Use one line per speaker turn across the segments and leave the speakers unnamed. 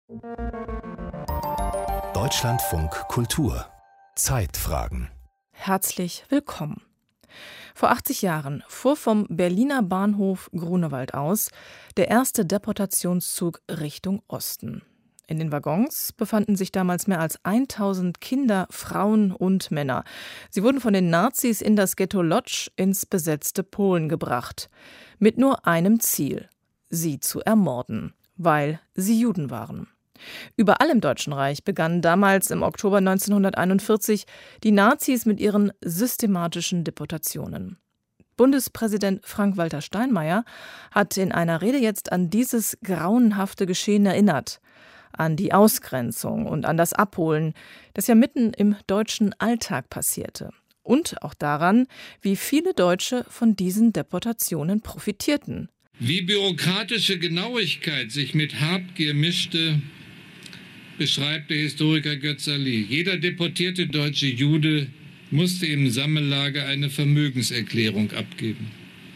Deutschlandfunk Kultur Zeitfragen.
Herzlich willkommen. Vor 80 Jahren fuhr vom Berliner Bahnhof Grunewald aus der erste Deportationszug Richtung Osten. In den Waggons befanden sich damals mehr als 1000 Kinder, Frauen und Männer. Sie wurden von den Nazis in das Ghetto Lodz ins besetzte Polen gebracht. Mit nur einem Ziel: sie zu ermorden, weil sie Juden waren. Überall im Deutschen Reich begannen damals im Oktober 1941 die Nazis mit ihren systematischen Deportationen. Bundespräsident Frank-Walter Steinmeier hat in einer Rede jetzt an dieses grauenhafte Geschehen erinnert, an die Ausgrenzung und an das Abholen, das ja mitten im deutschen Alltag passierte. Und auch daran, wie viele Deutsche von diesen Deportationen profitierten.
Wie bürokratische Genauigkeit sich mit Habgier mischte, beschreibt der Historiker Götz Salih. Jeder deportierte deutsche Jude musste im Sammellager eine Vermögenserklärung abgeben.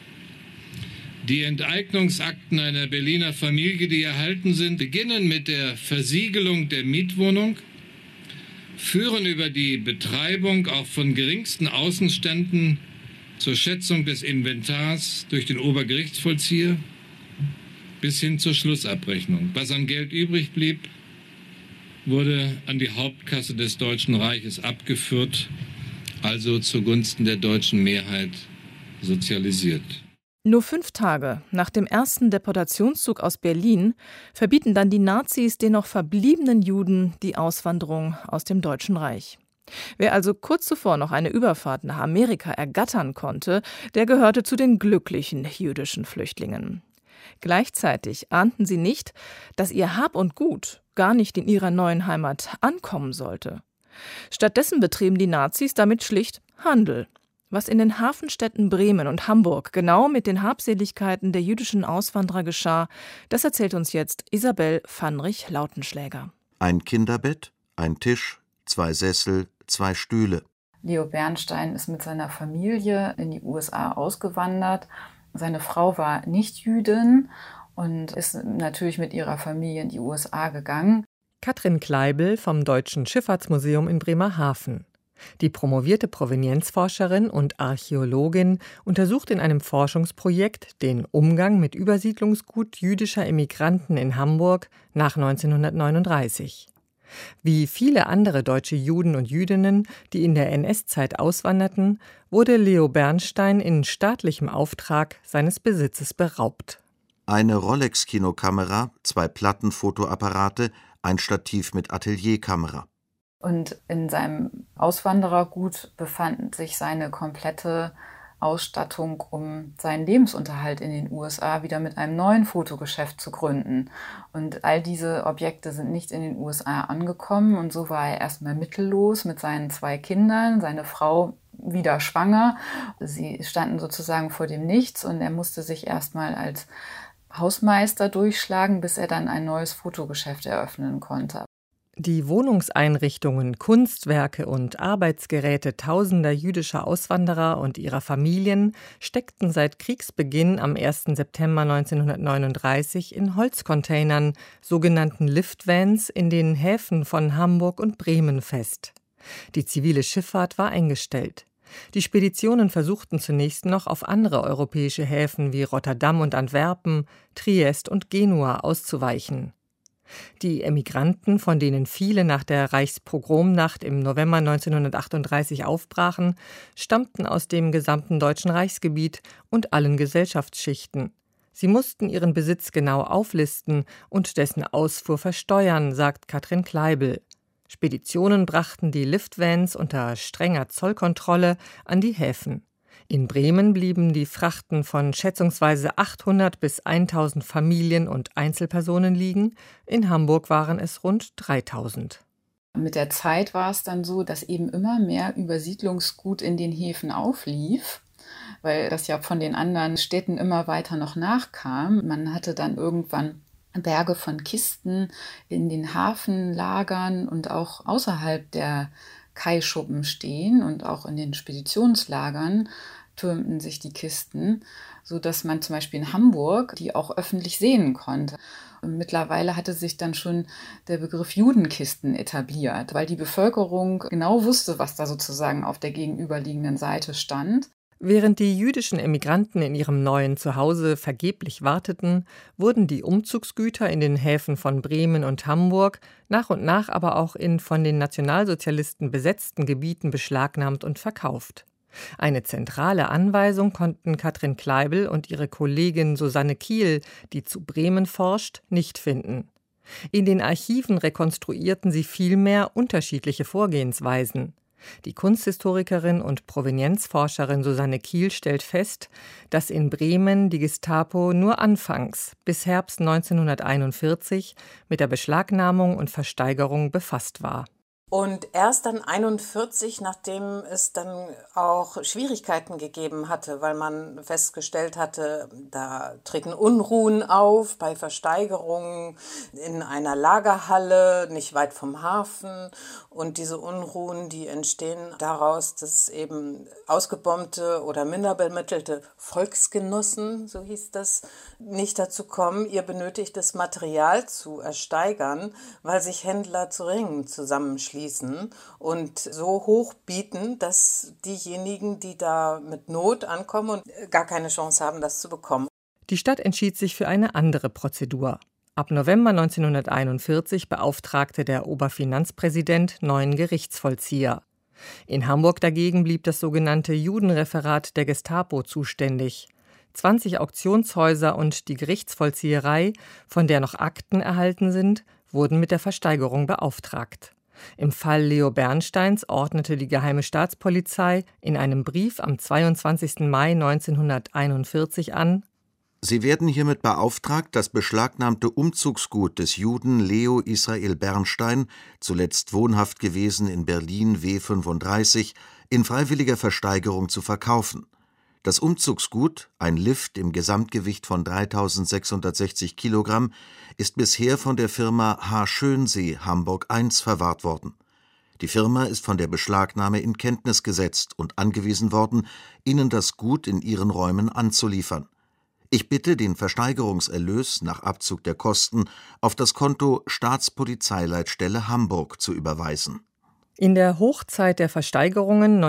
Die Enteignungsakten einer Berliner Familie, die erhalten sind, beginnen mit der Versiegelung der Mietwohnung, führen über die Betreibung auch von geringsten Außenständen zur Schätzung des Inventars durch den Obergerichtsvollzieher bis hin zur Schlussabrechnung. Was an Geld übrig blieb, wurde an die Hauptkasse des Deutschen Reiches abgeführt, also zugunsten der deutschen Mehrheit sozialisiert.
Nur 5 Tage nach dem ersten Deportationszug aus Berlin verbieten dann die Nazis den noch verbliebenen Juden die Auswanderung aus dem Deutschen Reich. Wer also kurz zuvor noch eine Überfahrt nach Amerika ergattern konnte, der gehörte zu den glücklichen jüdischen Flüchtlingen. Gleichzeitig ahnten sie nicht, dass ihr Hab und Gut gar nicht in ihrer neuen Heimat ankommen sollte. Stattdessen betrieben die Nazis damit schlicht Handel. Was in den Hafenstädten Bremen und Hamburg genau mit den Habseligkeiten der jüdischen Auswanderer geschah, das erzählt uns jetzt Isabel Pfannrich-Lautenschläger.
Ein Kinderbett, ein Tisch, 2 Sessel, 2 Stühle.
Leo Bernstein ist mit seiner Familie in die USA ausgewandert. Seine Frau war nicht Jüdin und ist natürlich mit ihrer Familie in die USA gegangen.
Katrin Kleibel vom Deutschen Schifffahrtsmuseum in Bremerhaven. Die promovierte Provenienzforscherin und Archäologin untersucht in einem Forschungsprojekt den Umgang mit Übersiedlungsgut jüdischer Emigranten in Hamburg nach 1939. Wie viele andere deutsche Juden und Jüdinnen, die in der NS-Zeit auswanderten, wurde Leo Bernstein in staatlichem Auftrag seines Besitzes beraubt.
Eine Rolex-Kinokamera, 2 Plattenfotoapparate, ein Stativ mit Atelierkamera.
Und in seinem Auswanderergut befand sich seine komplette Ausstattung, um seinen Lebensunterhalt in den USA wieder mit einem neuen Fotogeschäft zu gründen. Und all diese Objekte sind nicht in den USA angekommen und so war er erstmal mittellos mit seinen 2 Kindern, seine Frau wieder schwanger. Sie standen sozusagen vor dem Nichts und er musste sich erstmal als Hausmeister durchschlagen, bis er dann ein neues Fotogeschäft eröffnen konnte.
Die Wohnungseinrichtungen, Kunstwerke und Arbeitsgeräte tausender jüdischer Auswanderer und ihrer Familien steckten seit Kriegsbeginn am 1. September 1939 in Holzcontainern, sogenannten Liftvans, in den Häfen von Hamburg und Bremen fest. Die zivile Schifffahrt war eingestellt. Die Speditionen versuchten zunächst noch auf andere europäische Häfen wie Rotterdam und Antwerpen, Triest und Genua auszuweichen. Die Emigranten, von denen viele nach der Reichspogromnacht im November 1938 aufbrachen, stammten aus dem gesamten Deutschen Reichsgebiet und allen Gesellschaftsschichten. Sie mussten ihren Besitz genau auflisten und dessen Ausfuhr versteuern, sagt Katrin Kleibel. Speditionen brachten die Liftvans unter strenger Zollkontrolle an die Häfen. In Bremen blieben die Frachten von schätzungsweise 800 bis 1000 Familien und Einzelpersonen liegen. In Hamburg waren es rund 3000.
Mit der Zeit war es dann so, dass eben immer mehr Übersiedlungsgut in den Häfen auflief, weil das ja von den anderen Städten immer weiter noch nachkam. Man hatte dann irgendwann Berge von Kisten in den Hafenlagern und auch außerhalb der Kaischuppen stehen und auch in den Speditionslagern türmten sich die Kisten, sodass man zum Beispiel in Hamburg die auch öffentlich sehen konnte. Mittlerweile hatte sich dann schon der Begriff Judenkisten etabliert, weil die Bevölkerung genau wusste, was da sozusagen auf der gegenüberliegenden Seite stand.
Während die jüdischen Emigranten in ihrem neuen Zuhause vergeblich warteten, wurden die Umzugsgüter in den Häfen von Bremen und Hamburg nach und nach aber auch in von den Nationalsozialisten besetzten Gebieten beschlagnahmt und verkauft. Eine zentrale Anweisung konnten Katrin Kleibel und ihre Kollegin Susanne Kiel, die zu Bremen forscht, nicht finden. In den Archiven rekonstruierten sie vielmehr unterschiedliche Vorgehensweisen. Die Kunsthistorikerin und Provenienzforscherin Susanne Kiel stellt fest, dass in Bremen die Gestapo nur anfangs, bis Herbst 1941, mit der Beschlagnahmung und Versteigerung befasst war.
Und erst dann 1941, nachdem es dann auch Schwierigkeiten gegeben hatte, weil man festgestellt hatte, da treten Unruhen auf bei Versteigerungen in einer Lagerhalle nicht weit vom Hafen. Und diese Unruhen, die entstehen daraus, dass eben ausgebombte oder minder bemittelte Volksgenossen, so hieß das, nicht dazu kommen, ihr benötigtes Material zu ersteigern, weil sich Händler zu Ringen zusammenschließen und so hoch bieten, dass diejenigen, die da mit Not ankommen und gar keine Chance haben, das zu bekommen.
Die Stadt entschied sich für eine andere Prozedur. Ab November 1941 beauftragte der Oberfinanzpräsident 9 Gerichtsvollzieher. In Hamburg dagegen blieb das sogenannte Judenreferat der Gestapo zuständig. 20 Auktionshäuser und die Gerichtsvollzieherei, von der noch Akten erhalten sind, wurden mit der Versteigerung beauftragt. Im Fall Leo Bernsteins ordnete die Geheime Staatspolizei in einem Brief am 22. Mai 1941 an:
Sie werden hiermit beauftragt, das beschlagnahmte Umzugsgut des Juden Leo Israel Bernstein, zuletzt wohnhaft gewesen in Berlin W 35, in freiwilliger Versteigerung zu verkaufen. Das Umzugsgut, ein Lift im Gesamtgewicht von 3.660 Kilogramm, ist bisher von der Firma H. Schönsee Hamburg I verwahrt worden. Die Firma ist von der Beschlagnahme in Kenntnis gesetzt und angewiesen worden, Ihnen das Gut in Ihren Räumen anzuliefern. Ich bitte, den Versteigerungserlös nach Abzug der Kosten auf das Konto Staatspolizeileitstelle Hamburg zu überweisen.
In der Hochzeit der Versteigerungen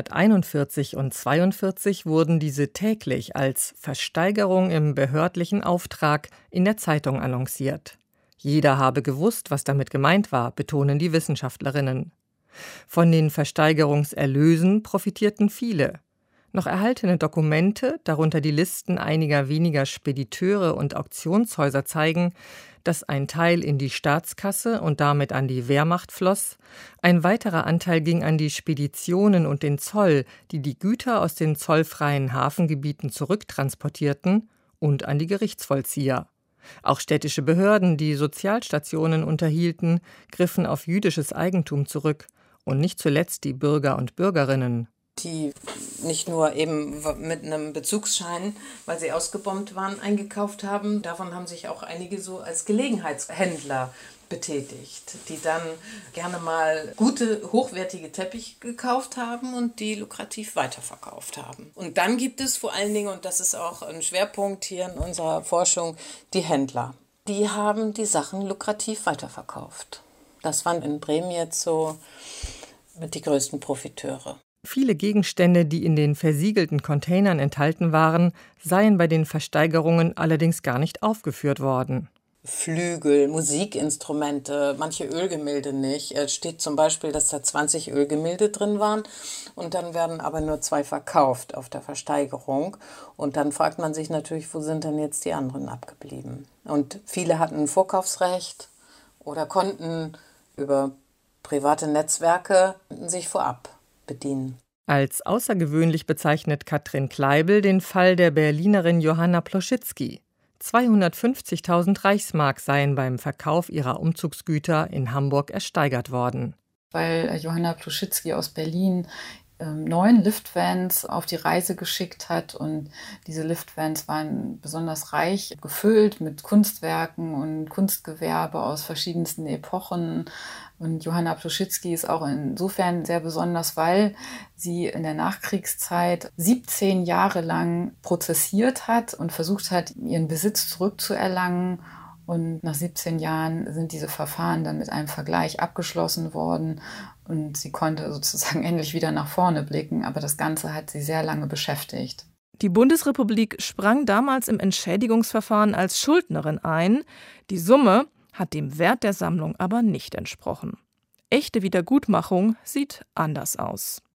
1941 und 1942 wurden diese täglich als Versteigerung im behördlichen Auftrag in der Zeitung annonciert. Jeder habe gewusst, was damit gemeint war, betonen die Wissenschaftlerinnen. Von den Versteigerungserlösen profitierten viele. Noch erhaltene Dokumente, darunter die Listen einiger weniger Spediteure und Auktionshäuser, zeigen, dass ein Teil in die Staatskasse und damit an die Wehrmacht floss, ein weiterer Anteil ging an die Speditionen und den Zoll, die die Güter aus den zollfreien Hafengebieten zurücktransportierten, und an die Gerichtsvollzieher. Auch städtische Behörden, die Sozialstationen unterhielten, griffen auf jüdisches Eigentum zurück, und nicht zuletzt die Bürger und Bürgerinnen.
Die nicht nur eben mit einem Bezugsschein, weil sie ausgebombt waren, eingekauft haben. Davon haben sich auch einige so als Gelegenheitshändler betätigt, die dann gerne mal gute, hochwertige Teppiche gekauft haben und die lukrativ weiterverkauft haben. Und dann gibt es vor allen Dingen, und das ist auch ein Schwerpunkt hier in unserer Forschung, die Händler. Die haben die Sachen lukrativ weiterverkauft. Das waren in Bremen jetzt so mit die größten Profiteure.
Viele Gegenstände, die in den versiegelten Containern enthalten waren, seien bei den Versteigerungen allerdings gar nicht aufgeführt worden.
Flügel, Musikinstrumente, manche Ölgemälde nicht. Es steht zum Beispiel, dass da 20 Ölgemälde drin waren und dann werden aber nur 2 verkauft auf der Versteigerung. Und dann fragt man sich natürlich, wo sind denn jetzt die anderen abgeblieben? Und viele hatten ein Vorkaufsrecht oder konnten über private Netzwerke sich vorab bedienen.
Als außergewöhnlich bezeichnet Katrin Kleibel den Fall der Berlinerin Johanna Ploschitzky. 250.000 Reichsmark seien beim Verkauf ihrer Umzugsgüter in Hamburg ersteigert worden.
Weil Johanna Ploschitzky aus Berlin 9 Liftvans auf die Reise geschickt hat und diese Liftvans waren besonders reich gefüllt mit Kunstwerken und Kunstgewerbe aus verschiedensten Epochen. Und Johanna Ploschitzky ist auch insofern sehr besonders, weil sie in der Nachkriegszeit 17 Jahre lang prozessiert hat und versucht hat, ihren Besitz zurückzuerlangen Und nach 17 Jahren sind diese Verfahren dann mit einem Vergleich abgeschlossen worden und sie konnte sozusagen endlich wieder nach vorne blicken, aber das Ganze hat sie sehr lange beschäftigt.
Die Bundesrepublik sprang damals im Entschädigungsverfahren als Schuldnerin ein. Die Summe hat dem Wert der Sammlung aber nicht entsprochen. Echte Wiedergutmachung sieht anders aus.